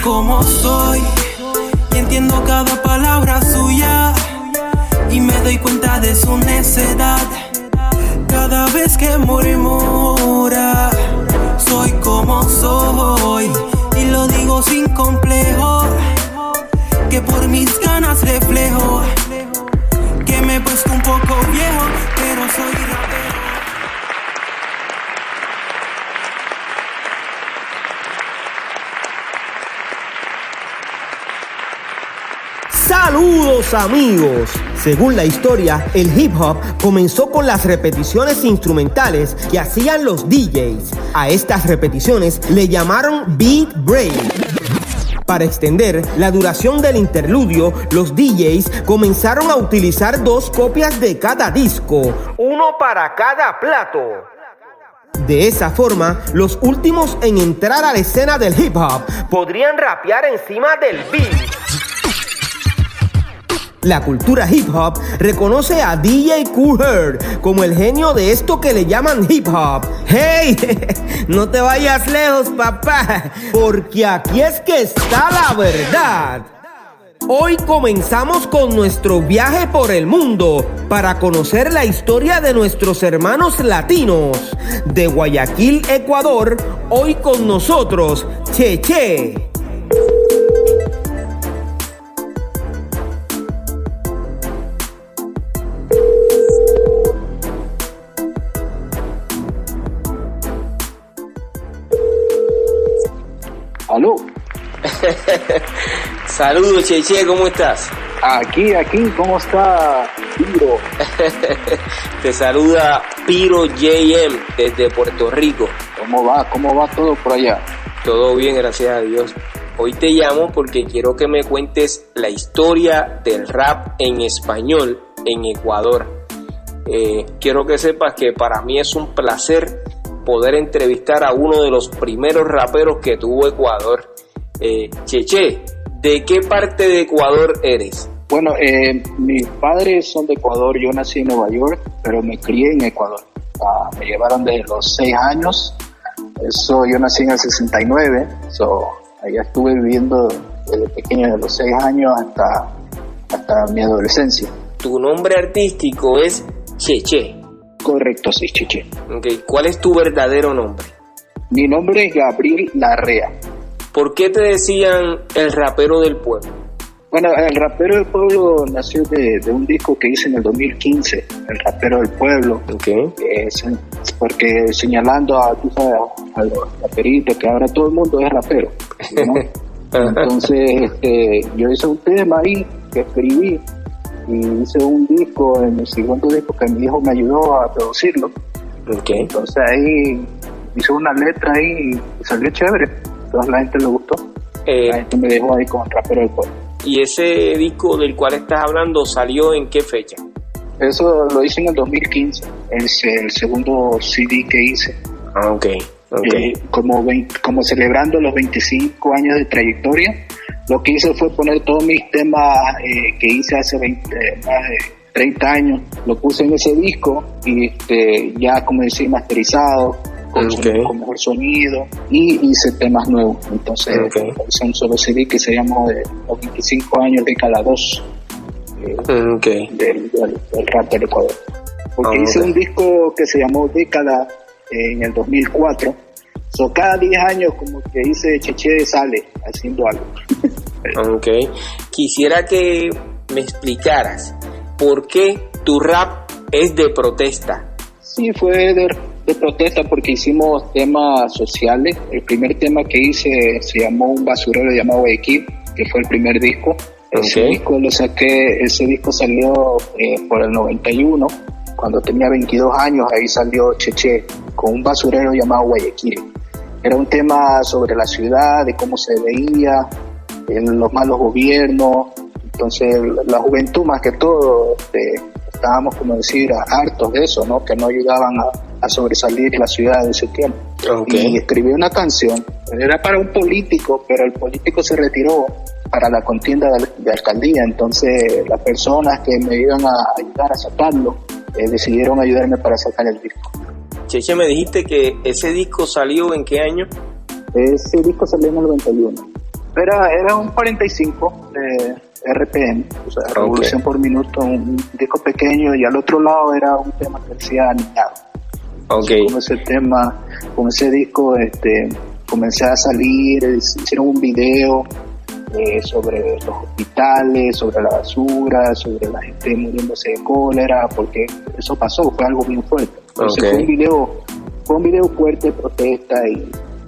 como soy y entiendo cada palabra suya y me doy cuenta de su necedad cada vez que murmura. Soy como soy y lo digo sin complejo, que por mis ganas reflejo que me he puesto un poco viejo, pero soy rapero. ¡Saludos, amigos! Según la historia, el hip hop comenzó con las repeticiones instrumentales que hacían los DJs. A estas repeticiones le llamaron beat break. Para extender la duración del interludio, los DJs comenzaron a utilizar 2 copias de cada disco, uno para cada plato. De esa forma, los últimos en entrar a la escena del hip hop podrían rapear encima del beat. La cultura hip hop reconoce a DJ Kool Herc como el genio de esto que le llaman hip hop. ¡Hey! No te vayas lejos, papá, porque aquí es que está la verdad. Hoy comenzamos con nuestro viaje por el mundo para conocer la historia de nuestros hermanos latinos. De Guayaquil, Ecuador, hoy con nosotros, Cheche. ¿Aló? Saludos, Cheche, ¿cómo estás? Aquí, ¿cómo está Piro? Te saluda Piro JM desde Puerto Rico. ¿Cómo va todo por allá? Todo bien, gracias a Dios. Hoy te llamo porque quiero que me cuentes la historia del rap en español en Ecuador. Quiero que sepas que para mí es un placer poder entrevistar a uno de los primeros raperos que tuvo Ecuador. Cheche, ¿de qué parte de Ecuador eres? Bueno, mis padres son de Ecuador, yo nací en Nueva York, pero me crié en Ecuador. Me llevaron desde los 6 años, yo nací en el 69, allá estuve viviendo desde pequeño, de los 6 años hasta mi adolescencia. Tu nombre artístico es Cheche. Correcto, sí, Cheche. Okay. ¿Cuál es tu verdadero nombre? Mi nombre es Gabriel Larrea. ¿Por qué te decían el rapero del pueblo? Bueno, el rapero del pueblo nació de un disco que hice en el 2015, el rapero del pueblo. Okay. Porque señalando a los raperitos, que ahora todo el mundo es rapero, ¿no? Entonces yo hice un tema ahí que escribí y hice un disco, en el segundo disco que mi hijo me ayudó a producirlo. Okay. Entonces ahí hice una letra ahí y salió chévere, a la gente le gustó. La gente me dejó ahí con el rapero del pueblo. ¿Y ese disco del cual estás hablando salió en qué fecha? Eso lo hice en el 2015, el segundo CD que hice. Ah, ok. Como celebrando los 25 años de trayectoria, lo que hice fue poner todos mis temas que hice hace más de 30 años, lo puse en ese disco y ya, como decir, masterizado, con mejor sonido, y hice temas nuevos. Entonces son solo CD que se llamó de los 25 años de cada 2 del rap del Ecuador. Porque hice un disco que se llamó Década en el 2004. Cada 10 años como que dice Cheche sale haciendo algo. Ok. Quisiera que me explicaras por qué tu rap es de protesta. Sí, fue de protesta porque hicimos temas sociales. El primer tema que hice se llamó Un basurero llamado Guayaquil, que fue el primer disco. Ese disco salió por el 91. Cuando tenía 22 años, ahí salió Cheche con Un basurero llamado Guayaquil. Era un tema sobre la ciudad, de cómo se veía, los malos gobiernos. Entonces, la juventud, más que todo, estábamos, como decir, hartos de eso, ¿no? Que no ayudaban a sobresalir la ciudad de ese tiempo. Y escribí una canción. Era para un político, pero el político se retiró para la contienda de alcaldía. Entonces, las personas que me iban a ayudar a sacarlo decidieron ayudarme para sacar el disco. Cheche, me dijiste que ese disco salió ¿en qué año? Ese disco salió en el 91. Era un 45 RPM, o sea, revolución por minuto, un disco pequeño, y al otro lado era un tema que decía Niñado. Okay. Con ese disco comencé a salir, hicieron un video sobre los hospitales, sobre la basura, sobre la gente muriéndose de cólera, porque eso pasó, fue algo bien fuerte. Entonces fue un video fuerte de protesta y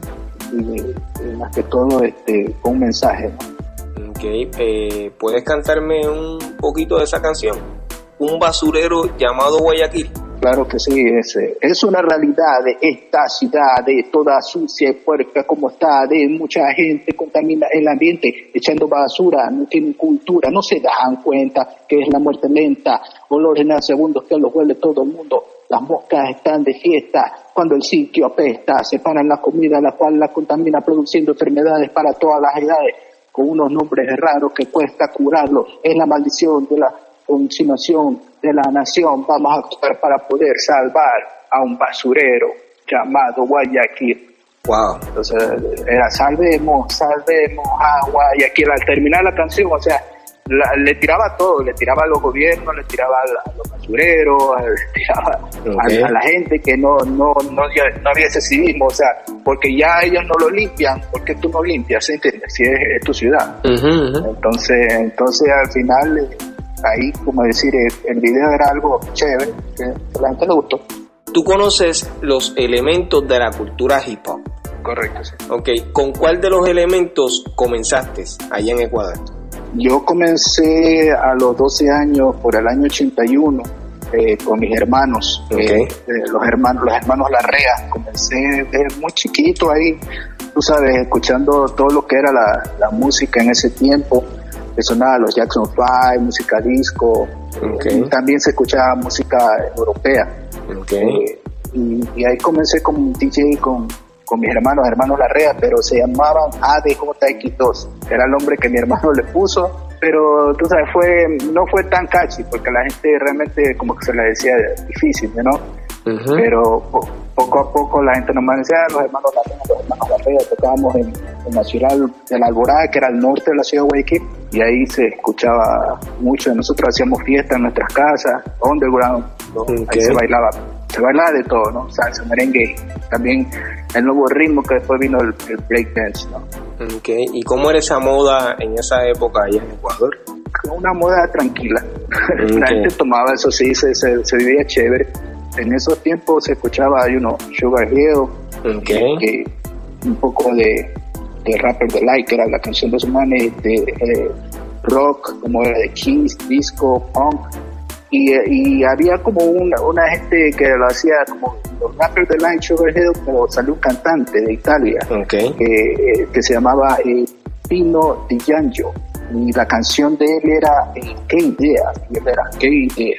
más que todo con un mensaje, ¿no? Okay. ¿Puedes cantarme un poquito de esa canción? Un basurero llamado Guayaquil. Claro que sí, es una realidad de esta ciudad, de toda sucia y puerca como está, de mucha gente contamina el ambiente, echando basura, no tienen cultura, no se dan cuenta que es la muerte lenta, olores en segundos que los huele todo el mundo, las moscas están de fiesta, cuando el sitio apesta, separan la comida, la cual la contamina, produciendo enfermedades para todas las edades, con unos nombres raros que cuesta curarlos, es la maldición de la continuación de la nación. Vamos a actuar para poder salvar a un basurero llamado Guayaquil. Wow. Entonces era salvemos a Guayaquil. Al terminar la canción, o sea, le tiraba todo, le tiraba a los gobiernos, le tiraba a los basureros, le tiraba a la gente que no había ese civismo, o sea, porque ya ellos no lo limpian, porque tú no limpias, ¿entiendes? Si es tu ciudad. Entonces al final, ahí, como decir, el video era algo chévere, que a la gente le gustó. ¿Tú conoces los elementos de la cultura hip hop? Correcto, sí. Ok, ¿con cuál de los elementos comenzaste allá en Ecuador? Yo comencé a los 12 años, por el año 81, con mis hermanos, los hermanos Larrea. Comencé desde muy chiquito ahí, tú sabes, escuchando todo lo que era la música en ese tiempo, que sonaba los Jackson 5, música disco, también se escuchaba música europea. Y ahí comencé como un DJ con mis hermanos Larrea, pero se llamaban ADJX2, era el nombre que mi hermano le puso, pero tú sabes, no fue tan catchy, porque la gente realmente como que se le decía difícil, ¿no? Pero poco a poco la gente nomás decía, los hermanos Larrea, tocábamos en la ciudad de la Alborada, que era al norte de la ciudad de Guayaquil, y ahí se escuchaba mucho. Nosotros hacíamos fiestas en nuestras casas, underground, ahí se bailaba de todo, ¿no? Salsa, merengue, también el nuevo ritmo que después vino el breakdance, ¿no? ¿Y cómo era esa moda en esa época allá en Ecuador? Una moda tranquila. La gente tomaba, eso sí, se vivía chévere. En esos tiempos se escuchaba, Sugar Hill, que un poco de Rapper Delight, que era la canción de los manes, de rock, como era de Kiss, disco, punk, y había como una gente que lo hacía como los Rapper Delight, Sugar Hill, pero salió un cantante de Italia que se llamaba Pino Di Giangio, y la canción de él era ¿Qué idea? Y él era ¿Qué idea?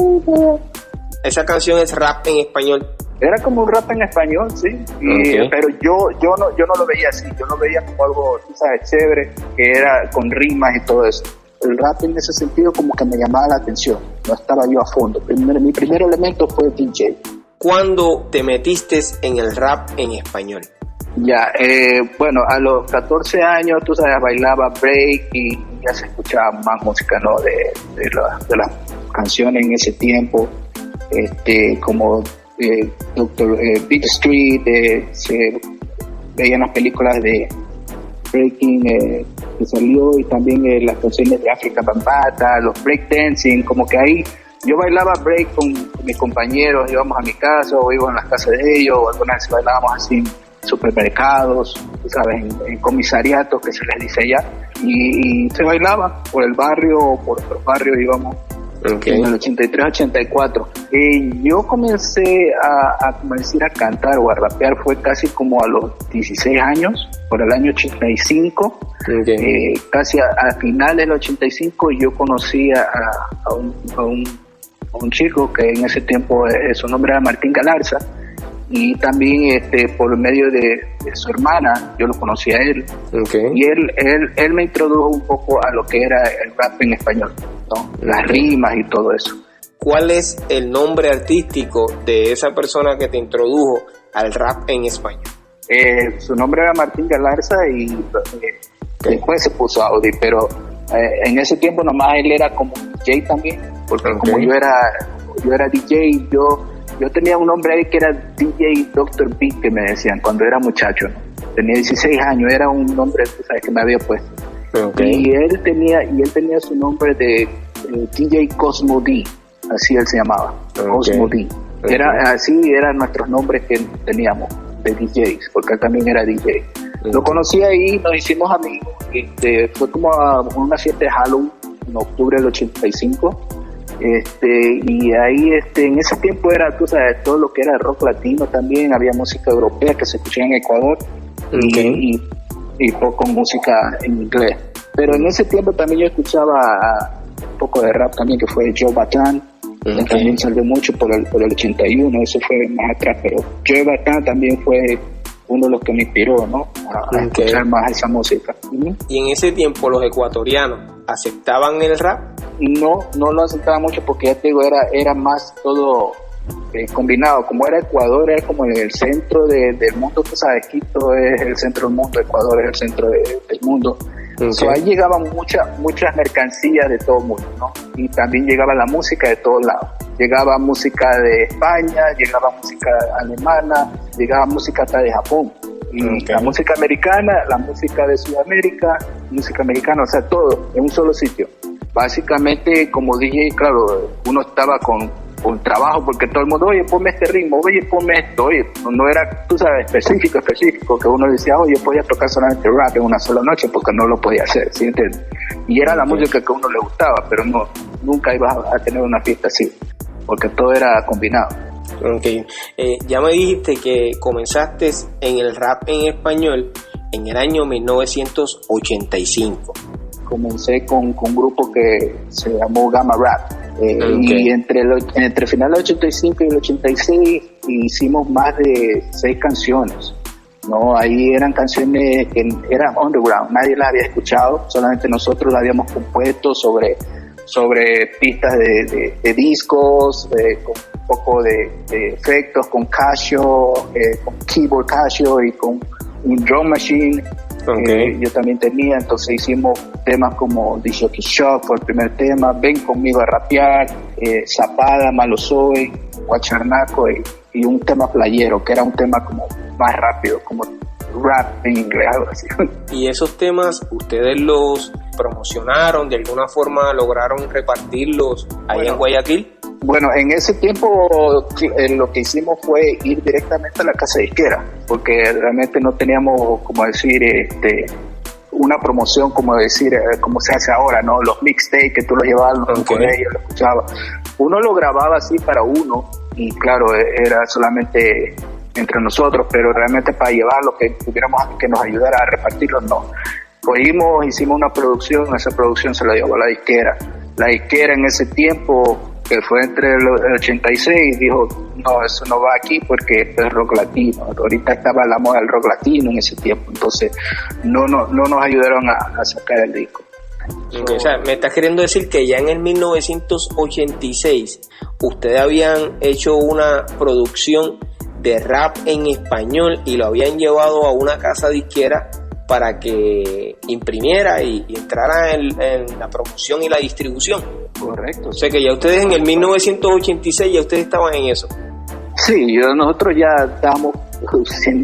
Esa canción es rap en español. Era como un rap en español, sí. Pero yo no lo veía así. Yo lo veía como algo, tú sabes, chévere, que era con rimas y todo eso. El rap en ese sentido como que me llamaba la atención. No estaba yo a fondo. Mi primer elemento fue DJ. ¿Cuándo te metiste en el rap en español? Ya, bueno, a los 14 años, tú sabes, bailaba break y ya se escuchaba más música, ¿no? De las canciones en ese tiempo. Como Beat Street, se veían las películas de breaking que salió, y también las canciones de África Bambata, los breakdancing, como que ahí yo bailaba break con mis compañeros, íbamos a mi casa o íbamos a las casas de ellos, o algunas veces bailábamos así en supermercados, tú sabes, en comisariatos que se les dice allá, y se bailaba por el barrio o por otros barrios, íbamos. En el 83-84 yo comencé a cantar o a rapear fue casi como a los 16 años, por el año 85. Casi a finales del 85 yo conocí a un chico que en ese tiempo su nombre era Martín Galarza, y también por medio de su hermana yo lo conocí a él, y él me introdujo un poco a lo que era el rap en español, ¿no? Las rimas y todo eso. ¿Cuál es el nombre artístico de esa persona que te introdujo al rap en español? Su nombre era Martín Galarza, y Después se puso Audi, pero en ese tiempo nomás él era como DJ también, porque como yo era DJ, yo tenía un nombre ahí que era DJ Dr. B, que me decían cuando era muchacho, ¿no? Tenía 16 años, era un nombre, ¿sabes?, que me había puesto. Y él tenía su nombre de DJ Cosmo D, así él se llamaba, Cosmo D. Así eran nuestros nombres que teníamos de DJs, porque él también era DJ. Lo conocí ahí, nos hicimos amigos. Fue como a una fiesta de Halloween en octubre del 85. Y ahí en ese tiempo era, tú sabes, todo lo que era rock latino también, había música europea que se escuchaba en Ecuador y poco música en inglés. Pero en ese tiempo también yo escuchaba un poco de rap también, que fue Joe Bataan. También salió mucho por el 81, eso fue más atrás, pero Joe Bataan también fue uno de los que me inspiró, ¿no?, a escuchar más esa música. ¿Y en ese tiempo los ecuatorianos aceptaban el rap? No lo aceptaba mucho, porque ya te digo, era más todo combinado. Como era Ecuador, era como en el centro del mundo, tú sabes, Quito es el centro del mundo, Ecuador es el centro del mundo. Ahí llegaban muchas mercancías de todo el mundo, ¿no? Y también llegaba la música de todos lados. Llegaba música de España, llegaba música alemana, llegaba música hasta de Japón. Y la música americana, la música de Sudamérica, música americana, o sea, todo en un solo sitio. Básicamente, como dije, claro, uno estaba con trabajo, porque todo el mundo, oye, ponme este ritmo, oye, ponme esto, oye, no era, tú sabes, específico, que uno decía, oye, podía tocar solamente rap en una sola noche, porque no lo podía hacer, ¿sí entiendes? Y era la música que a uno le gustaba, pero nunca ibas a tener una fiesta así, porque todo era combinado. Ya me dijiste que comenzaste en el rap en español en el año 1985. Comencé con un grupo que se llamó Gamma Rap. Y entre final del 85 y el 86 hicimos más de 6 canciones, ¿no? Ahí eran canciones que eran underground, nadie las había escuchado, solamente nosotros las habíamos compuesto sobre pistas de discos, con un poco de efectos, con Casio, con keyboard Casio y con un drum machine. Yo también tenía, entonces hicimos temas como Disc Jockey Shock fue el primer tema, Ven Conmigo a Rapear, Zapada, Malo Soy, Guacharnaco y un tema playero, que era un tema como más rápido, como rap en inglés, algo así. ¿Y esos temas ustedes los promocionaron, de alguna forma lograron repartirlos ahí en Guayaquil? Bueno, en ese tiempo lo que hicimos fue ir directamente a la casa disquera, porque realmente no teníamos, como decir, una promoción, como decir, como se hace ahora, ¿no? Los mixtapes que tú los llevabas a los colegios, los escuchabas. Uno lo grababa así para uno, y claro, era solamente entre nosotros, pero realmente para llevarlo, que tuviéramos que nos ayudara a repartirlos, no. Cogimos, hicimos una producción, esa producción se la llevó a la disquera. La disquera en ese tiempo, que fue entre el 86, dijo, no, eso no va aquí porque esto es rock latino. Ahorita estaba la moda del rock latino en ese tiempo, entonces no nos ayudaron a sacar el disco. O sea, me estás queriendo decir que ya en el 1986 ustedes habían hecho una producción de rap en español y lo habían llevado a una casa disquera para que imprimiera y entrara en la promoción y la distribución. Correcto. O sea que ya ustedes en el 1986 ya ustedes estaban en eso. Sí, nosotros ya estábamos haciendo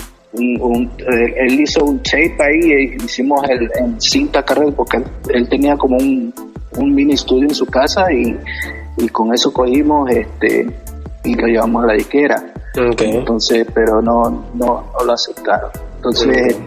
él hizo un tape ahí, hicimos en cinta carrera, porque él tenía como un mini estudio en su casa y con eso cogimos y lo llevamos a la disquera. Entonces, pero no lo aceptaron. Entonces,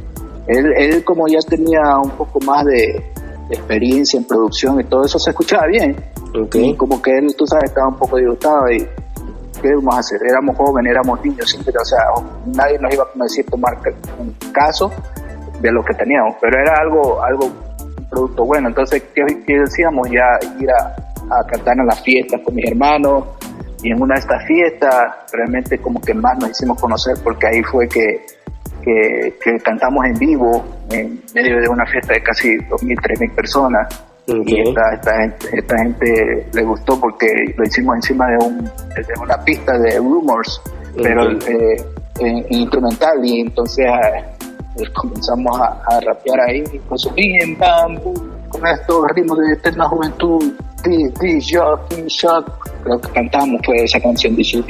él como ya tenía un poco más de experiencia en producción y todo eso, se escuchaba bien. Y como que él, tú sabes, estaba un poco disgustado y ¿qué íbamos a hacer? Éramos jóvenes, éramos niños, siempre, o sea, nadie nos iba a decir tomar un caso de lo que teníamos, pero era algo un producto bueno. Entonces, ¿qué decíamos? Ya ir a cantar en las fiestas con mis hermanos, y en una de estas fiestas realmente como que más nos hicimos conocer, porque ahí fue que cantamos en vivo en medio de una fiesta de casi 2.000, 3.000 personas. Y esta gente le gustó porque lo hicimos encima de una pista de Rumors, pero instrumental, y entonces pues comenzamos a rapear ahí, con su bien, bambú, con estos ritmos de eterna juventud, D-Shock, creo que cantamos fue esa canción, D-Shock.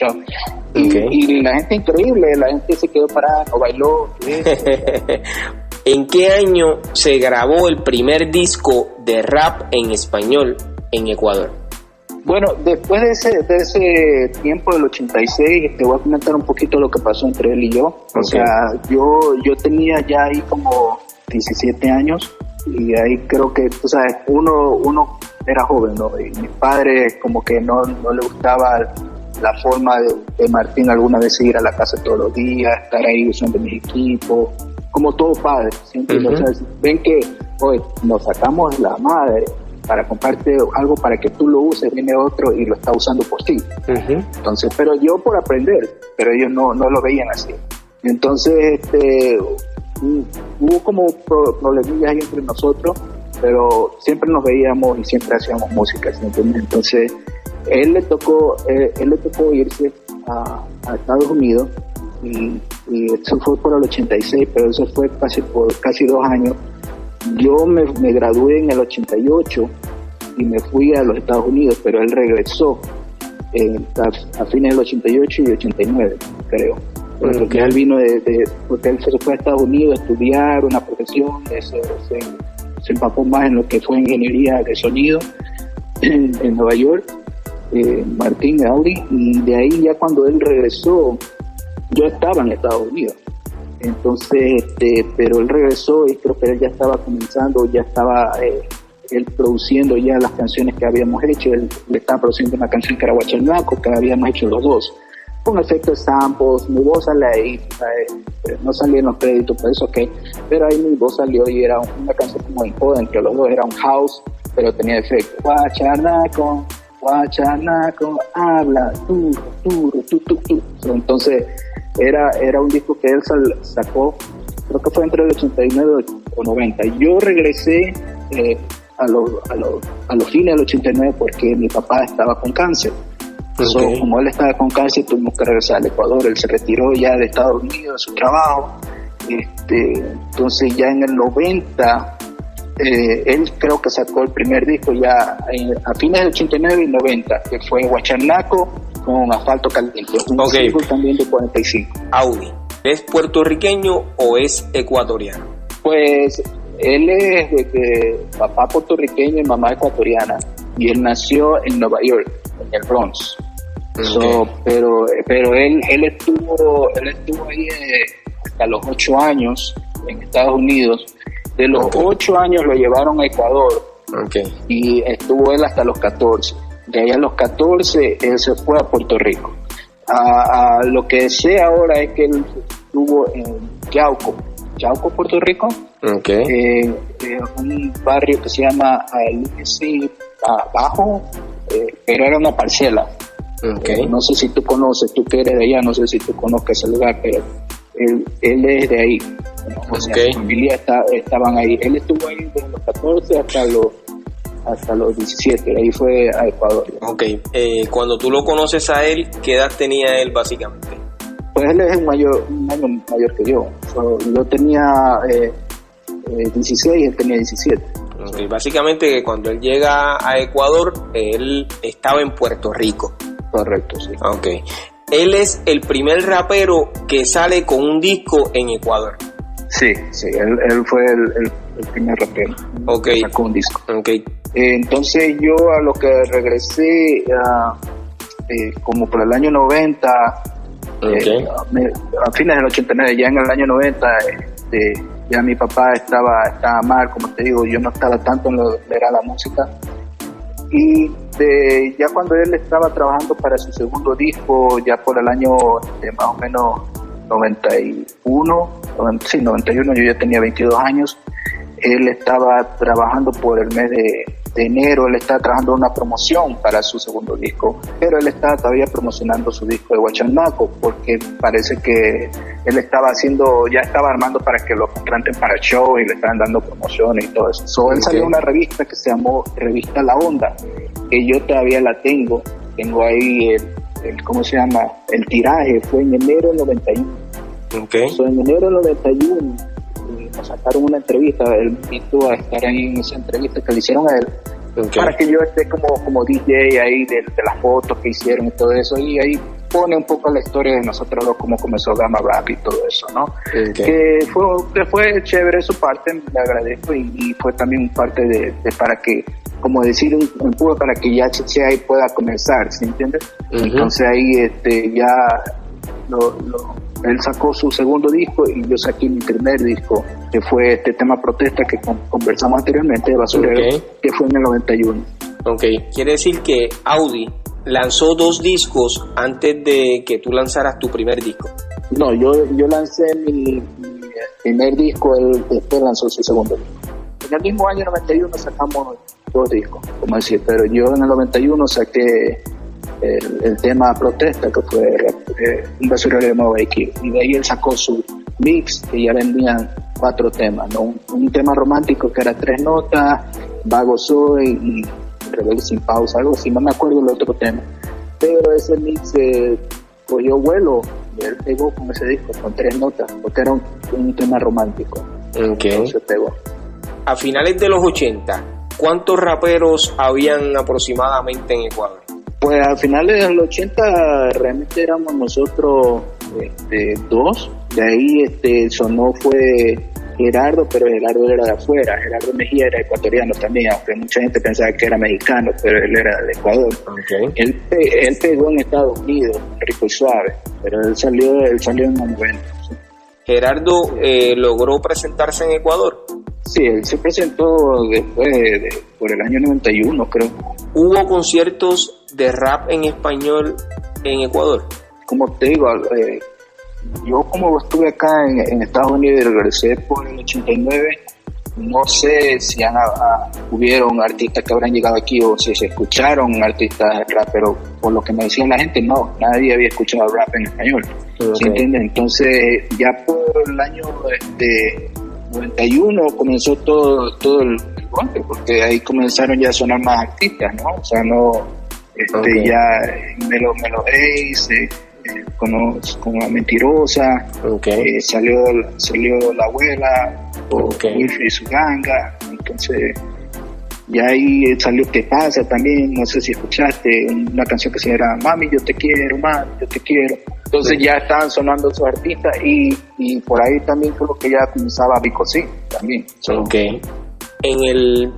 Y la gente increíble, la gente se quedó parada, no bailó. ¿En qué año se grabó el primer disco de rap en español en Ecuador? Bueno, después de ese tiempo del 86, te voy a comentar un poquito lo que pasó entre él y yo. O sea, yo tenía ya ahí como 17 años y ahí creo que, tú sabes, uno era joven, ¿no? Y mi padre como que no le gustaba la forma de Martín alguna vez ir a la casa todos los días, estar ahí usando mis equipos, como todo padre, siempre. O sea, ven que hoy nos sacamos la madre para comprarte algo para que tú lo uses, viene otro y lo está usando por ti. Entonces, pero yo por aprender, pero ellos no lo veían así. Entonces, hubo como problemillas ahí entre nosotros, pero siempre nos veíamos y siempre hacíamos música, ¿entiendes? Entonces, él le tocó irse a Estados Unidos y eso fue por el 86, pero eso fue por casi 2 años. Yo me gradué en el 88 y me fui a los Estados Unidos, pero él regresó a fines del 88 y 89, creo. Porque él vino porque él se fue a Estados Unidos a estudiar una profesión, se empapó más en lo que fue ingeniería de sonido en Nueva York, Martín Audi, y de ahí ya cuando él regresó, yo estaba en Estados Unidos. Entonces, pero él regresó y creo que él ya estaba comenzando, ya estaba él produciendo ya las canciones que habíamos hecho. Él le estaba produciendo una canción que era Guachalnaco, que habíamos hecho los dos, con efectos samples. Mi voz sale ahí, no salía en los créditos, por eso pero ahí mi voz salió y era una canción como en joda, que los dos era un house, pero tenía efectos. Guachalnaco, habla, tu. Entonces, era un disco que él sacó, creo que fue entre el 89 o 90. Yo regresé a los fines del 89 porque mi papá estaba con cáncer. Como él estaba con cáncer, tuvimos que regresar al Ecuador. Él se retiró ya de Estados Unidos de su trabajo. Entonces ya en el 90 él creo que sacó el primer disco ya a fines del 89 y 90, que fue Guachalnaco con Asfalto Caliente, un disco también de 45. Audi, ¿es puertorriqueño o es ecuatoriano? Pues él es de papá puertorriqueño y mamá ecuatoriana, y él nació en Nueva York, en el Bronx. Pero él estuvo ahí hasta los 8 años en Estados Unidos. De los 8 años lo llevaron a Ecuador, y estuvo él hasta los 14. De ahí a los 14 él se fue a Puerto Rico. A lo que sé ahora es que él estuvo en Yauco, Puerto Rico, un barrio que se llama Alice Abajo, pero era una parcela. No sé si tú conoces, tú que eres de allá, no sé si tú conozcas ese lugar, pero él es de ahí. Su familia estaban ahí. Él estuvo ahí desde los 14 hasta los 17, ahí fue a Ecuador. Cuando tú lo conoces a él, ¿qué edad tenía él básicamente? Pues él es un año mayor que yo. Yo tenía 16 y él tenía 17. Básicamente cuando él llega a Ecuador, él estaba en Puerto Rico. Correcto, sí. Él es el primer rapero que sale con un disco en Ecuador. Sí, él fue el primer rapero que sacó un disco. Entonces yo a lo que regresé como por el año 90, a fines del 89, ya en el año 90, ya mi papá estaba mal, como te digo, yo no estaba tanto en lo que era la música. Y ya cuando él estaba trabajando para su segundo disco, ya por el año más o menos 91, yo ya tenía 22 años, él estaba trabajando por el mes de enero, él estaba trabajando una promoción para su segundo disco, pero él estaba todavía promocionando su disco de Guachalnaco, porque parece que él ya estaba armando para que lo contraten para show y le estaban dando promociones y todo eso. Él salió en una revista que se llamó Revista La Onda, que yo todavía la tengo ahí ¿cómo se llama? El tiraje fue en enero del 91. Okay. So, en enero del 91 nos sacaron una entrevista, él me invitó a estar ahí en esa entrevista que le hicieron a él, para que yo esté como DJ ahí de las fotos que hicieron y todo eso, y ahí pone un poco la historia de nosotros dos, cómo comenzó Gama Rap y todo eso, ¿no? Que fue chévere su parte, le agradezco, y fue también parte de para que, como decir, un empuje para que ya ahí pueda comenzar, ¿sí entiendes? Entonces ahí ya él sacó su segundo disco y yo saqué mi primer disco, que fue este tema Protesta que conversamos anteriormente, de Basurero, que fue en el 91. Ok, quiere decir que Audi lanzó 2 discos antes de que tú lanzaras tu primer disco. No, yo lancé mi primer disco, él después lanzó su segundo disco. En el mismo año 91 sacamos 2 discos, como decir, pero yo en el 91 saqué el tema Protesta, que fue un basurero llamado X, y de ahí él sacó su mix, que ya vendían 4 temas, ¿no? Un tema romántico que era 3 notas, Vago Soy y Rebelde Sin Pausa, algo así, no me acuerdo el otro tema, pero ese mix cogió vuelo y él pegó con ese disco con 3 notas, porque era un tema romántico. Entonces pegó. A finales de los 80, ¿cuántos raperos habían aproximadamente en Ecuador? Pues a finales de los 80 realmente éramos nosotros 2, de ahí sonó fue Gerardo, pero Gerardo era de afuera. Gerardo Mejía era ecuatoriano también, aunque mucha gente pensaba que era mexicano, pero él era de Ecuador. Él pegó en Estados Unidos, Rico y Suave, pero él salió en un momento. ¿Sí? ¿Gerardo logró presentarse en Ecuador? Sí, él se presentó después por el año 91, creo. ¿Hubo conciertos de rap en español en Ecuador? Como te digo, yo como estuve acá en Estados Unidos y regresé por el 89, no sé si hubieron artistas que habrán llegado aquí o si se escucharon artistas de rap, pero por lo que me decía la gente, no, nadie había escuchado rap en español. ¿Sí entiendes? Entonces, ya por el año 91 comenzó todo el golpe, porque ahí comenzaron ya a sonar más artistas, ¿no? O sea, ya Melo Ace, con La Mentirosa, salió La Abuela, Wilfred y su ganga, entonces ya ahí salió ¿Qué pasa? También, no sé si escuchaste una canción que se llama Mami, yo te quiero, mami, yo te quiero. Entonces ya estaban sonando esos artistas y por ahí también creo que ya comenzaba Vico sí también. En el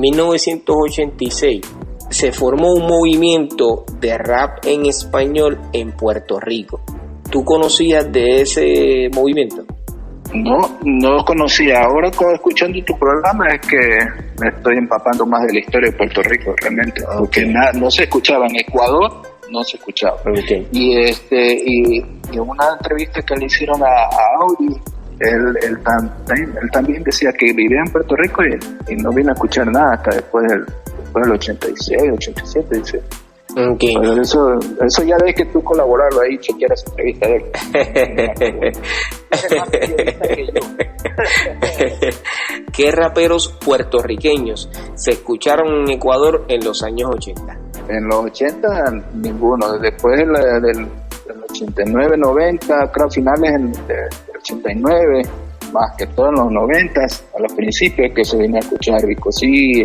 1986 se formó un movimiento de rap en español en Puerto Rico. ¿Tú conocías de ese movimiento? No lo conocía. Ahora escuchando tu programa es que me estoy empapando más de la historia de Puerto Rico realmente, porque no se escuchaba en Ecuador, no se escuchaba. Y en una entrevista que le hicieron a Audi, él también decía que vivía en Puerto Rico y no vino a escuchar nada hasta después del 86, 87, dice. Pero eso ya ves que tú colaborarlo ahí, chequear esa entrevista de él. ¿Qué raperos puertorriqueños se escucharon en Ecuador en los años 80? En los 80 ninguno, después del 89, 90, creo finales del 89, más que todo en los 90, a los principios que se venía a escuchar Vico sí,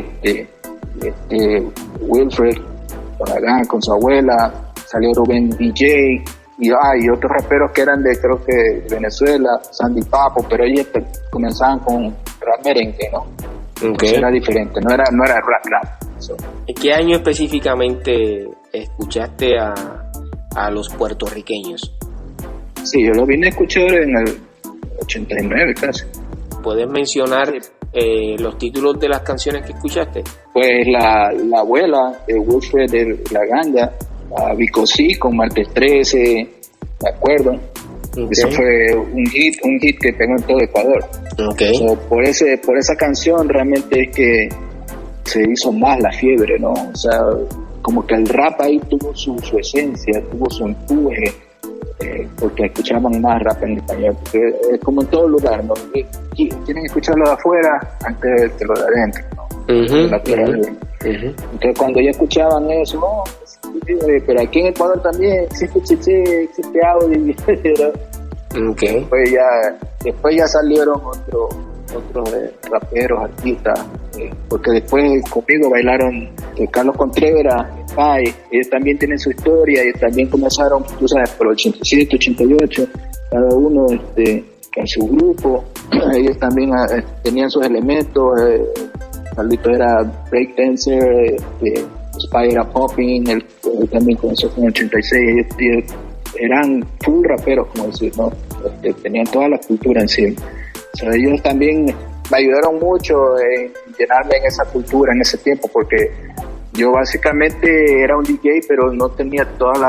Wilfred con su abuela, salió Rubén DJ y otros raperos que eran creo que Venezuela, Sandy Papo, pero ellos comenzaban con rap merengue, ¿no? Era diferente, no era rap. ¿En qué año específicamente escuchaste a los puertorriqueños? Sí, yo lo vine a escuchar en el 89 casi. ¿Puedes mencionar los títulos de las canciones que escuchaste? Pues la abuela de Wilfred de La Ganga, Vico sí con Martes 13, me acuerdo. Eso fue un hit que pegó en todo Ecuador. Por esa canción realmente es que se hizo más la fiebre, ¿no? O sea, como que el rap ahí tuvo su esencia, tuvo su empuje, porque escuchaban más rap en español, porque es como en todo lugar, ¿no? Quieren escucharlo de afuera antes de lo de adentro, ¿no? Entonces cuando ya escuchaban eso, pero aquí en Ecuador también existe Audio, Okay. Después ya salieron otros raperos, artistas, porque después conmigo bailaron Carlos Contreras, Pai, ellos también tienen su historia, y también comenzaron, tú sabes, por el 87, 88, cada uno en su grupo, ellos también tenían sus elementos, Carlito era breakdancer, Spy era popping, él también comenzó con el 86, ellos eran full raperos, como decir, ¿no? Tenían toda la cultura encima. O sea, ellos también me ayudaron mucho en llenarme en esa cultura en ese tiempo, porque yo básicamente era un DJ, pero no tenía toda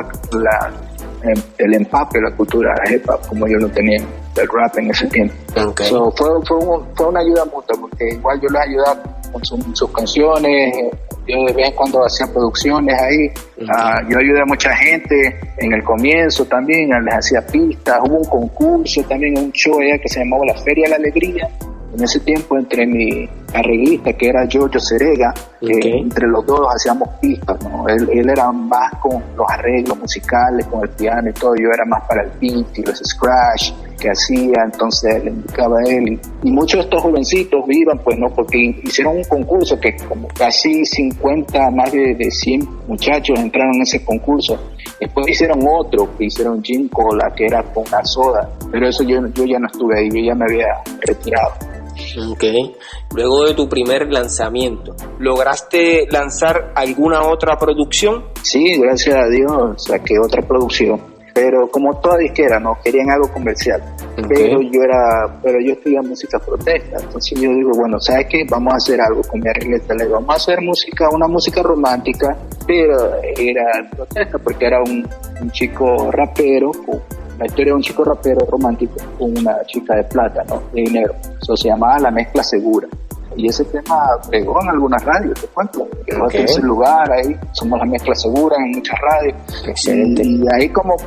el empape, la cultura de hip hop como yo lo tenía del rap en ese tiempo. Okay. So, fue una ayuda mutua, porque igual yo les ayudaba con sus canciones, yo de vez en cuando hacía producciones ahí, yo ayudé a mucha gente en el comienzo también, les hacía pistas, hubo un concurso también, un show allá que se llamaba La Feria de la Alegría, en ese tiempo entre mi arreglista, que era Giorgio Cerega, entre los dos hacíamos pistas, ¿no? Él era más con los arreglos musicales, con el piano y todo, yo era más para el beat y los scratch que hacía, entonces le indicaba a él, y muchos de estos jovencitos iban, pues no, porque hicieron un concurso que como casi 50, más de 100 muchachos entraron en ese concurso. Después hicieron otro, que hicieron Gin Cola, que era con la soda, pero eso yo ya no estuve ahí, yo ya me había retirado. Okay. Luego de tu primer lanzamiento, ¿lograste lanzar alguna otra producción? Sí, gracias a Dios saqué otra producción, pero como toda disquera, no querían algo comercial. Pero yo estudié música protesta, entonces yo digo, bueno, ¿sabes qué? Vamos a hacer algo con mi arreglista, le digo, vamos a hacer una música romántica, pero era protesta porque era un chico rapero, la historia de un chico rapero romántico con una chica de plata, ¿no? De dinero. Eso se llamaba La Mezcla Segura. Y ese tema pegó en algunas radios, te cuento. Llegó a ese lugar, ahí somos La Mezcla Segura en muchas radios. Excelente. Y ahí como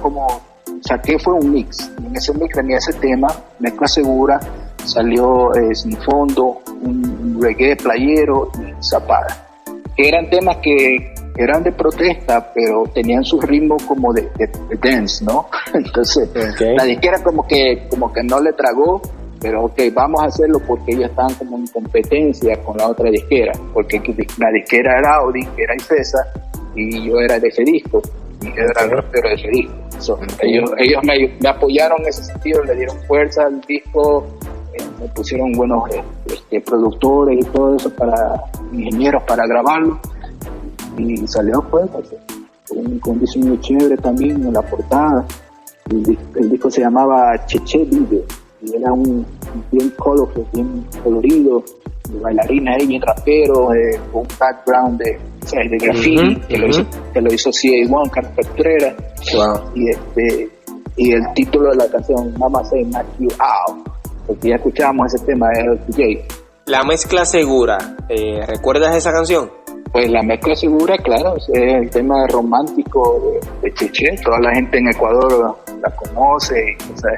saqué fue un mix. En ese mix venía ese tema, Mezcla Segura, salió Sin Fondo, un reggae playero y Zapada. Que eran temas que eran de protesta, pero tenían su ritmo como de dance, ¿no? Entonces, la disquera como que no le tragó, pero vamos a hacerlo porque ellos estaban como en competencia con la otra disquera, porque la disquera era Audi, que era IFESA, y yo era de Fedisco, y yo era el rapero de Fedisco. So, ellos me apoyaron en ese sentido, le dieron fuerza al disco, me pusieron buenos productores y todo eso, ingenieros para grabarlo, y salió pues con un diseño chévere también en la portada. El disco se llamaba Cheche Vive y era un bien colorful, bien colorido, de bailarina ahí, bien rapero, con un background de graffiti, que lo hizo CA1, Carlos Contreras. Wow. Y el título de la canción, Mama Say Knock You Out, porque ya escuchábamos ese tema de LPJ. La Mezcla Segura, ¿recuerdas esa canción? Pues La Mezcla Segura, claro, es el tema romántico de Cheche, toda la gente en Ecuador la conoce, o sea,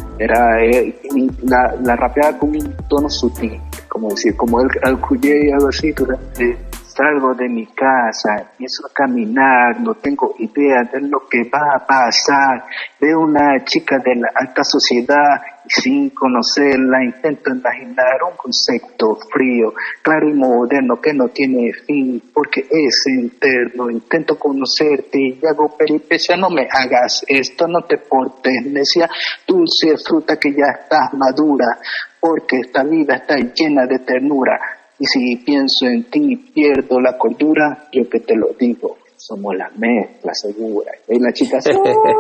la rapeaba con un tono sutil, como decir, como el Alcuyé, algo así, salgo de mi casa, empiezo a caminar, no tengo idea de lo que va a pasar, veo una chica de la alta sociedad y sin conocerla intento imaginar un concepto frío, claro y moderno que no tiene fin, porque es interno, intento conocerte y hago peripecia, no me hagas esto, no te portes necia, dulce fruta que ya estás madura, porque esta vida está llena de ternura. Y si pienso en ti pierdo la cordura, yo que te lo digo, somos La Mezcla Segura. Y la chica se...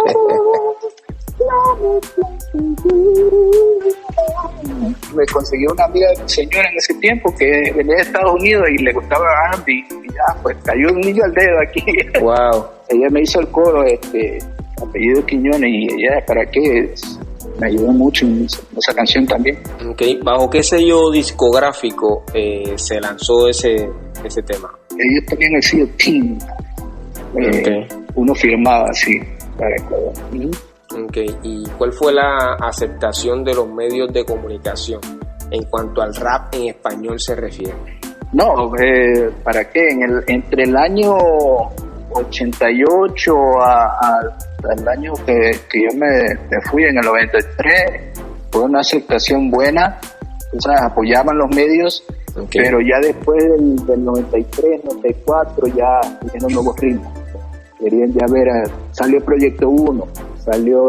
Me conseguí una amiga de mi señora en ese tiempo que venía de Estados Unidos y le gustaba R&B y ya, pues cayó un niño al dedo aquí. Wow. Ella me hizo el coro, apellido Quiñones, y ella, ¿para qué? Me ayudó mucho en esa canción también. Okay. ¿Bajo qué sello discográfico se lanzó ese tema? Ellos tenían el sello Team. Uno firmaba así para Ecuador. Okay. ¿Y cuál fue la aceptación de los medios de comunicación en cuanto al rap en español se refiere? No, ¿para qué? Entre el año 88 al año que yo me fui en el 93, fue una aceptación buena, o sea, apoyaban los medios, pero ya después del 93, 94 ya vinieron nuevos ritmos. Querían ya ver, salió Proyecto 1, salió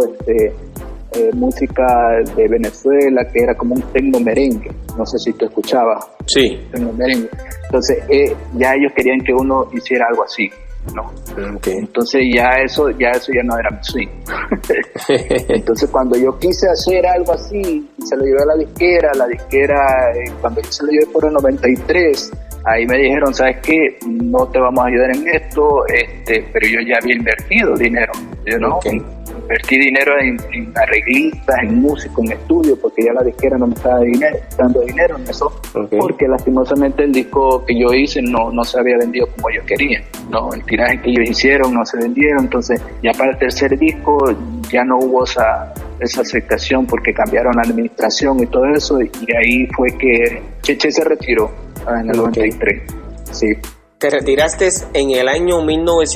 música de Venezuela que era como un tecno merengue, no sé si tú escuchabas. Sí. Tecno merengue. Entonces ya ellos querían que uno hiciera algo así, ¿no? Entonces ya eso ya no era mi swing. Entonces cuando yo quise hacer algo así, se lo llevé a la disquera, cuando yo se lo llevé por el 93, ahí me dijeron, ¿sabes qué? No te vamos a ayudar en esto, pero yo ya había invertido dinero, ¿no? Invertí dinero en arreglistas, en músicos, en estudio, porque ya la disquera no me estaba dando dinero en eso, porque lastimosamente el disco que yo hice no se había vendido como yo quería, ¿no? El tiraje que ellos hicieron no se vendieron, entonces ya para el tercer disco ya no hubo esa aceptación porque cambiaron la administración y todo eso, y ahí fue que Cheche se retiró en el 93, sí. Te retiraste en el año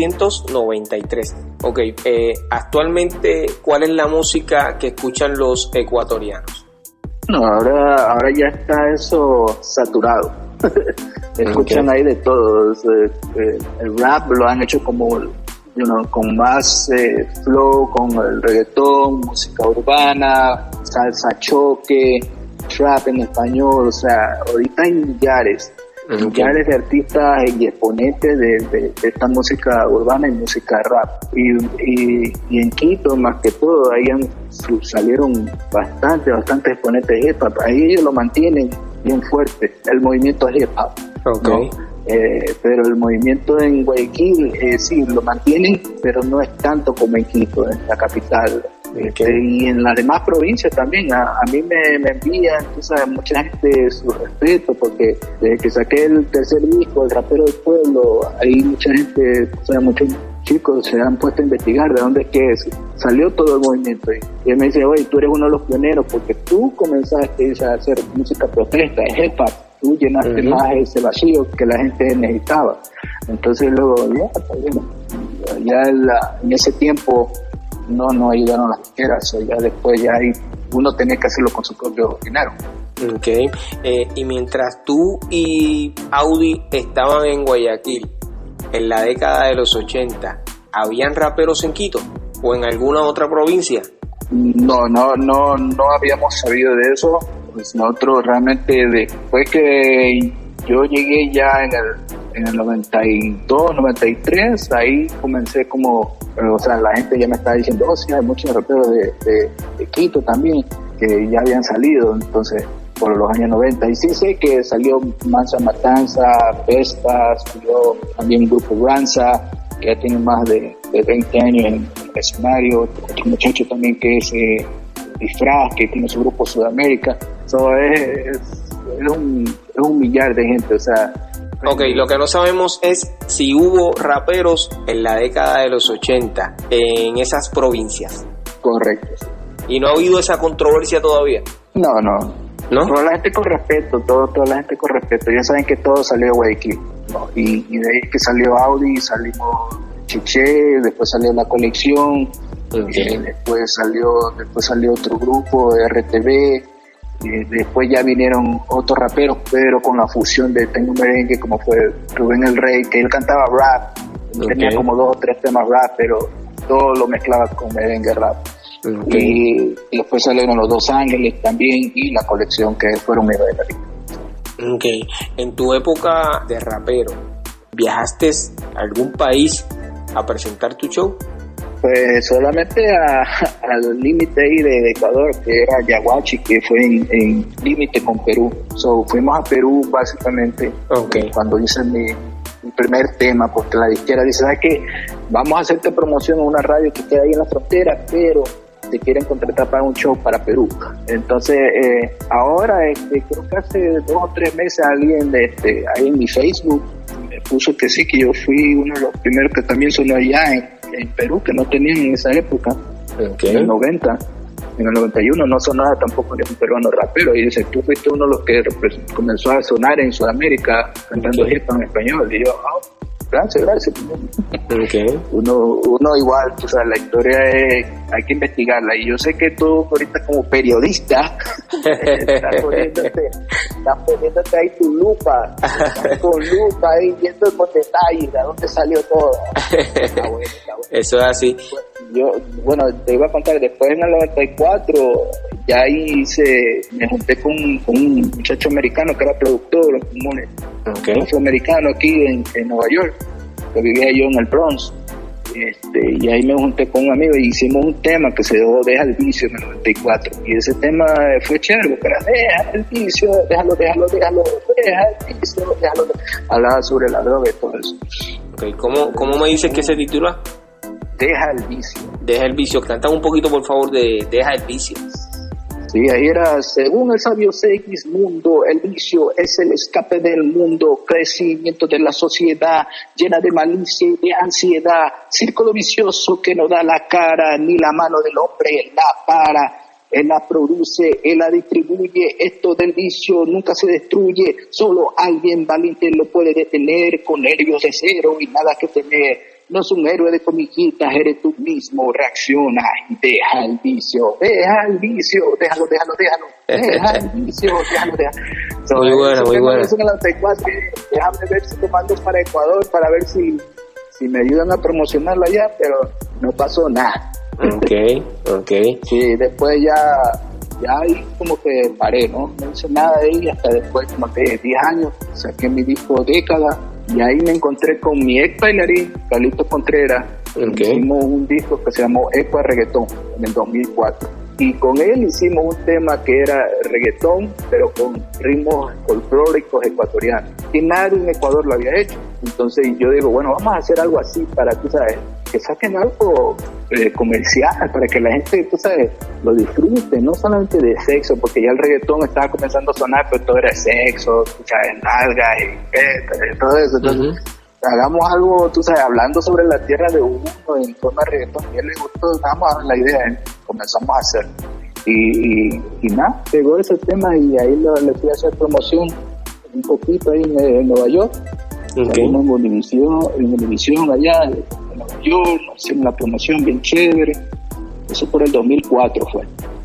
1993. Actualmente, ¿cuál es la música que escuchan los ecuatorianos? No, ahora ya está eso saturado. Escuchan ahí de todo. El rap lo han hecho como, con más flow, con el reggaetón, música urbana, salsa choque, trap en español. O sea, ahorita hay millares de artistas y exponentes de esta música urbana y música rap, y en Quito más que todo ahí salieron bastante exponentes de hip hop. Ahí ellos lo mantienen bien fuerte, el movimiento hip hop, ¿no? Pero el movimiento en Guayaquil sí lo mantienen, pero no es tanto como en Quito, en la capital. Y en las demás provincias también a mí me envían, tú sabes, mucha gente su respeto, porque desde que saqué el tercer disco, El Rapero del Pueblo, ahí mucha gente, o sea, muchos chicos se han puesto a investigar de dónde es que salió todo el movimiento, y él me dice, oye, tú eres uno de los pioneros porque tú comenzaste a hacer música protesta, hip hop, tú llenaste más ese vacío que la gente necesitaba. Entonces luego ya en ese tiempo no ayudaron las disqueras, ya después ya uno tenía que hacerlo con su propio dinero. Y mientras tú y Audi estaban en Guayaquil en la década de los 80, ¿habían raperos en Quito o en alguna otra provincia? No habíamos sabido de eso. Pues nosotros realmente, después que yo llegué ya en el 92, 93, ahí comencé como, o sea, la gente ya me estaba diciendo, sí, hay muchos raperos de Quito también, que ya habían salido, entonces, por los años 90. Y sí sé que salió Mansa Matanza, Vestas, salió también el grupo Ranza, que ya tiene más de 20 años en el escenario, otro muchacho también que es Disfraz, que tiene su grupo Sudamérica. Es un millar de gente, o sea. Lo que no sabemos es si hubo raperos en la década de los 80 en esas provincias. Correcto. ¿Y no ha habido esa controversia todavía? No. ¿No? Toda la gente con respeto, toda la gente con respeto. Ya saben que todo salió de Guayaquil, ¿no? Y de ahí que salió Audi, salimos Chiché, después salió La Colección, después salió otro grupo de RTV. Después ya vinieron otros raperos, pero con la fusión de Tengo Merengue, como fue Rubén el Rey, que él cantaba rap, tenía como 2 o 3 temas rap, pero todo lo mezclaba con merengue rap. Y después salieron Los Dos Ángeles también y La Colección, que fueron mis bailarinos. En tu época de rapero, ¿viajaste a algún país a presentar tu show? Pues solamente al límite ahí de Ecuador, que era Yaguachi, que fue en límite con Perú. Fuimos a Perú básicamente cuando hice mi primer tema, porque la disquera dice, ¿sabes qué? Vamos a hacerte promoción en una radio que queda ahí en la frontera, pero te quieren contratar para un show para Perú. Entonces, ahora, creo que hace 2 o 3 meses alguien ahí en mi Facebook me puso que sí, que yo fui uno de los primeros que también sonó allá en Perú, que no tenían en esa época, en el 90, en el 91 no sonaba tampoco ni un peruano rapero, y dice, tú fuiste uno de los que comenzó a sonar en Sudamérica cantando hip hop en español, y yo, Gracias. Okay. Uno igual, o sea, la historia hay que investigarla, y yo sé que tú ahorita como periodista estás poniéndote ahí tu lupa, con lupa ahí viendo con detalle de dónde salió todo. Está bueno. Eso es así. Bueno, te iba a contar, después en el 94 ya ahí me junté con un muchacho americano que era productor, un afroamericano aquí en Nueva York, que vivía yo en el Bronx, y ahí me junté con un amigo y hicimos un tema que se llamó Deja el Vicio en el 94, y ese tema fue chévere porque era deja el vicio, déjalo, deja el vicio, déjalo. Hablaba sobre la droga y todo eso. Okay. ¿Cómo me dices que se titula? Deja el vicio. Deja el vicio. Canta un poquito, por favor, de Deja el vicio. Sí, ahí era: según el sabio Segismundo, el vicio es el escape del mundo, crecimiento de la sociedad llena de malicia y de ansiedad, círculo vicioso que no da la cara, ni la mano del hombre la para. Él la produce, él la distribuye, esto del vicio nunca se destruye, solo alguien valiente lo puede detener, con nervios de cero y nada que temer. No es un héroe de comiquitas, eres tú mismo, reacciona y deja el vicio, déjalo, deja el vicio, déjalo. Muy bueno. Déjame ver si te mando para Ecuador para ver si me ayudan a promocionarlo allá, pero no pasó nada. Okay. Sí, después ya ahí como que paré, ¿no? No hice nada de ella hasta después, como que 10 años, saqué mi disco Década, y ahí me encontré con mi ex bailarín, Carlito Contreras. Hicimos un disco que se llamó Equa Reggaetón en el 2004, y con él hicimos un tema que era reggaetón, pero con ritmos folclóricos ecuatorianos, y nadie en Ecuador lo había hecho. Entonces yo digo, bueno, vamos a hacer algo así para, tú sabes, que saquen algo comercial, para que la gente, tú sabes, lo disfrute, no solamente de sexo, porque ya el reggaetón estaba comenzando a sonar, pero todo era sexo, tú sabes, nalgas y todo eso. Entonces, hagamos algo, tú sabes, hablando sobre la tierra de uno en forma de reggaetón. Y a él le gustó, damos la idea, comenzamos a hacer. Y nada, pegó ese tema, y ahí le fui a hacer promoción un poquito ahí en Nueva York. En Univisión allá en Nueva York, hicimos una promoción bien chévere. Eso por el 2004 fue.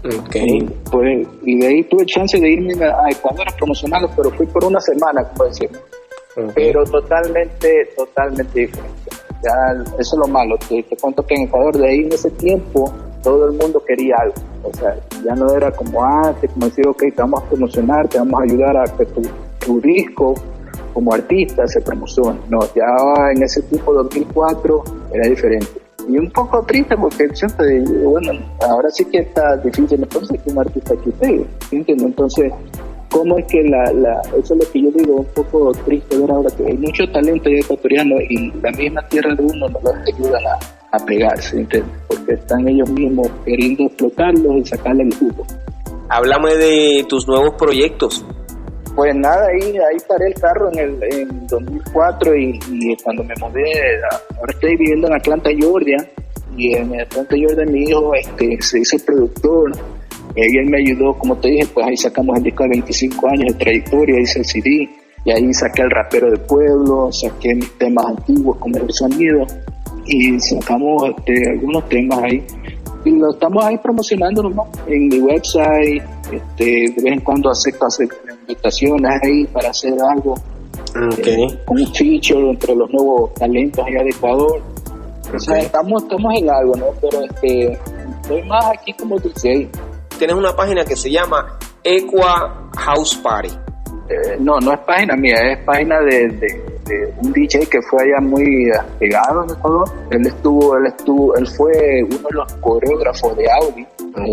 Y de ahí tuve chance de irme a Ecuador a promocionarlo, pero fui por una semana, como decimos. Pero totalmente diferente. Ya, eso es lo malo. Te cuento que en Ecuador, de ahí en ese tiempo, todo el mundo quería algo. O sea, ya no era como antes, como decir, ok, te vamos a promocionar, te vamos a ayudar a que tu disco como artista se promociona. No, ya en ese tiempo 2004 era diferente. Y un poco triste porque siempre digo, bueno, ahora sí que está difícil entonces que un artista que pegue, ¿entiendes? Entonces, ¿cómo es que eso es lo que yo digo, un poco triste ver ahora que hay mucho talento ecuatoriano y la misma tierra de uno no los ayuda a pegarse, ¿entiendes? Porque están ellos mismos queriendo explotarlos y sacarle el jugo. Háblame de tus nuevos proyectos. Pues nada, ahí paré el carro en 2004 y cuando me mudé, ahora estoy viviendo en Atlanta, Georgia, y en Atlanta, Georgia mi hijo se hizo productor, y él me ayudó, como te dije, pues ahí sacamos el disco de 25 años de trayectoria, hice el CD, y ahí saqué El Rapero del Pueblo, saqué mis temas antiguos como El Sonido, y sacamos algunos temas ahí, y lo estamos ahí promocionando nomás en mi website. De vez en cuando acepto hacer invitaciones ahí para hacer algo, un feature entre los nuevos talentos allá de Ecuador. O sea, estamos en algo, ¿no? Pero estoy más aquí como DJ. Tienes una página que se llama Equa House Party. No es página mía, es página de un DJ que fue allá muy pegado en Ecuador. Él fue uno de los coreógrafos de Audi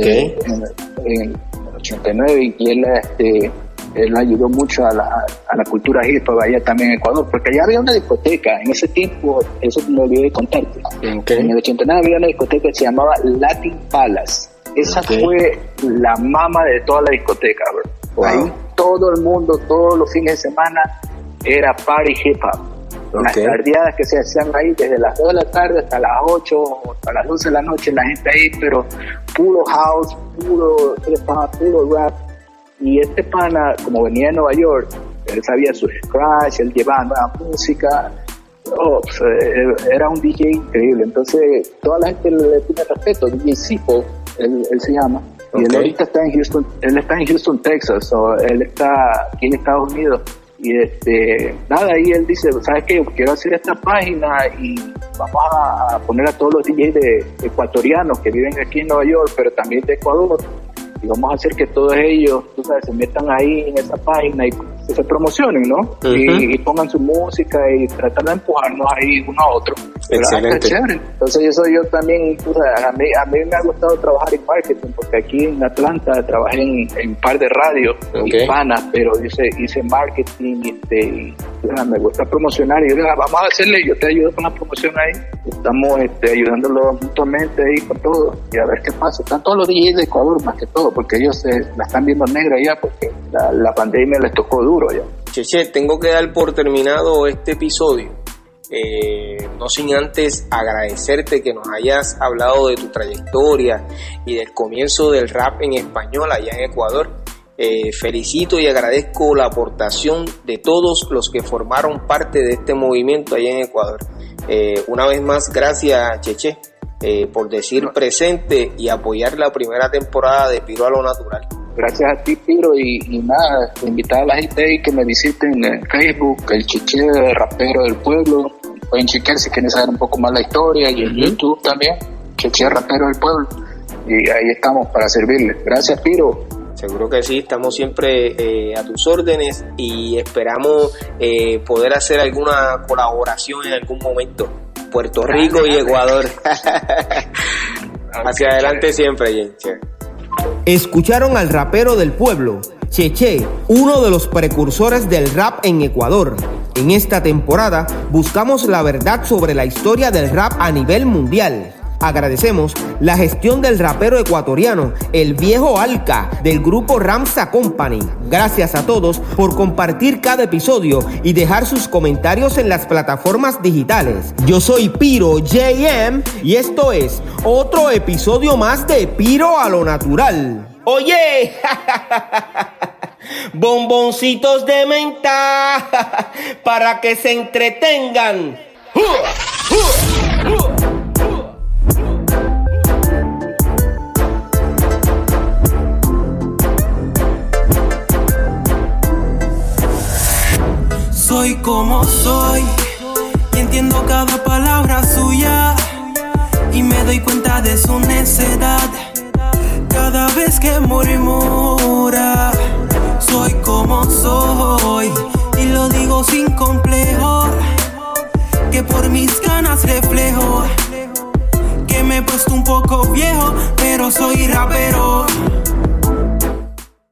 en el 89, y él ayudó mucho a la cultura hip hop allá también en Ecuador, porque allá había una discoteca en ese tiempo, eso me olvidé de contarte. En el 89 había una discoteca que se llamaba Latin Palace. Esa fue la mama de toda la discoteca, bro. Wow. Ahí todo el mundo, todos los fines de semana era party hip hop. Las tardeadas que se hacían ahí desde las 2 de la tarde hasta las 8 o hasta las 12 de la noche, la gente ahí, pero puro house, puro rap. Y este pana, como venía de Nueva York, él sabía su scratch, él llevaba nueva música. era un DJ increíble. Entonces toda la gente le tiene respeto. DJ Sipo, él se llama. Y él ahorita está en Houston, Texas. Él está aquí en Estados Unidos. Y nada, ahí él dice, ¿sabes qué? Yo quiero hacer esta página y vamos a poner a todos los DJs ecuatorianos que viven aquí en Nueva York, pero también de Ecuador, y vamos a hacer que todos ellos, tú sabes, se metan ahí en esa página y se promocionen, ¿no? Uh-huh. Y pongan su música y tratar de empujarnos ahí uno a otro. Excelente. Chévere. Entonces yo también, tú sabes, a mí me ha gustado trabajar en marketing, porque aquí en Atlanta trabajé en un par de radios hispanas, pero hice marketing y me gusta promocionar, y yo vamos a hacerle, yo te ayudo con la promoción ahí, estamos ayudándolo mutuamente ahí con todo, y a ver qué pasa. Están todos los DJs de Ecuador más que todo, porque ellos la están viendo negra ya, porque la pandemia les tocó duro ya. Cheche, tengo que dar por terminado este episodio, no sin antes agradecerte que nos hayas hablado de tu trayectoria y del comienzo del rap en español allá en Ecuador. Felicito y agradezco la aportación de todos los que formaron parte de este movimiento allá en Ecuador. Una vez más, gracias, Cheche, por decir presente y apoyar la primera temporada de Piro a lo Natural. Gracias a ti, Piro, y nada, invitar a la gente ahí que me visiten en Facebook, el Cheche Rapero del Pueblo. Pueden chequear si quieren saber un poco más la historia, y en YouTube también, Cheche Rapero del Pueblo. Y ahí estamos para servirles. Gracias, Piro. Seguro que sí, estamos siempre a tus órdenes y esperamos poder hacer alguna colaboración en algún momento. Puerto Rico y Ecuador. Hacia adelante siempre, Cheche. Escucharon al rapero del pueblo, Cheche, uno de los precursores del rap en Ecuador. En esta temporada buscamos la verdad sobre la historia del rap a nivel mundial. Agradecemos la gestión del rapero ecuatoriano, el Viejo Alca, del grupo Ramsa Company. Gracias a todos por compartir cada episodio y dejar sus comentarios en las plataformas digitales. Yo soy Piro JM y esto es otro episodio más de Piro a lo Natural. ¡Oye! Bomboncitos de menta para que se entretengan. Soy como soy y entiendo cada palabra suya y me doy cuenta de su necedad cada vez que murmura. Soy como soy y lo digo sin complejo, que por mis ganas reflejo que me he puesto un poco viejo, pero soy rapero.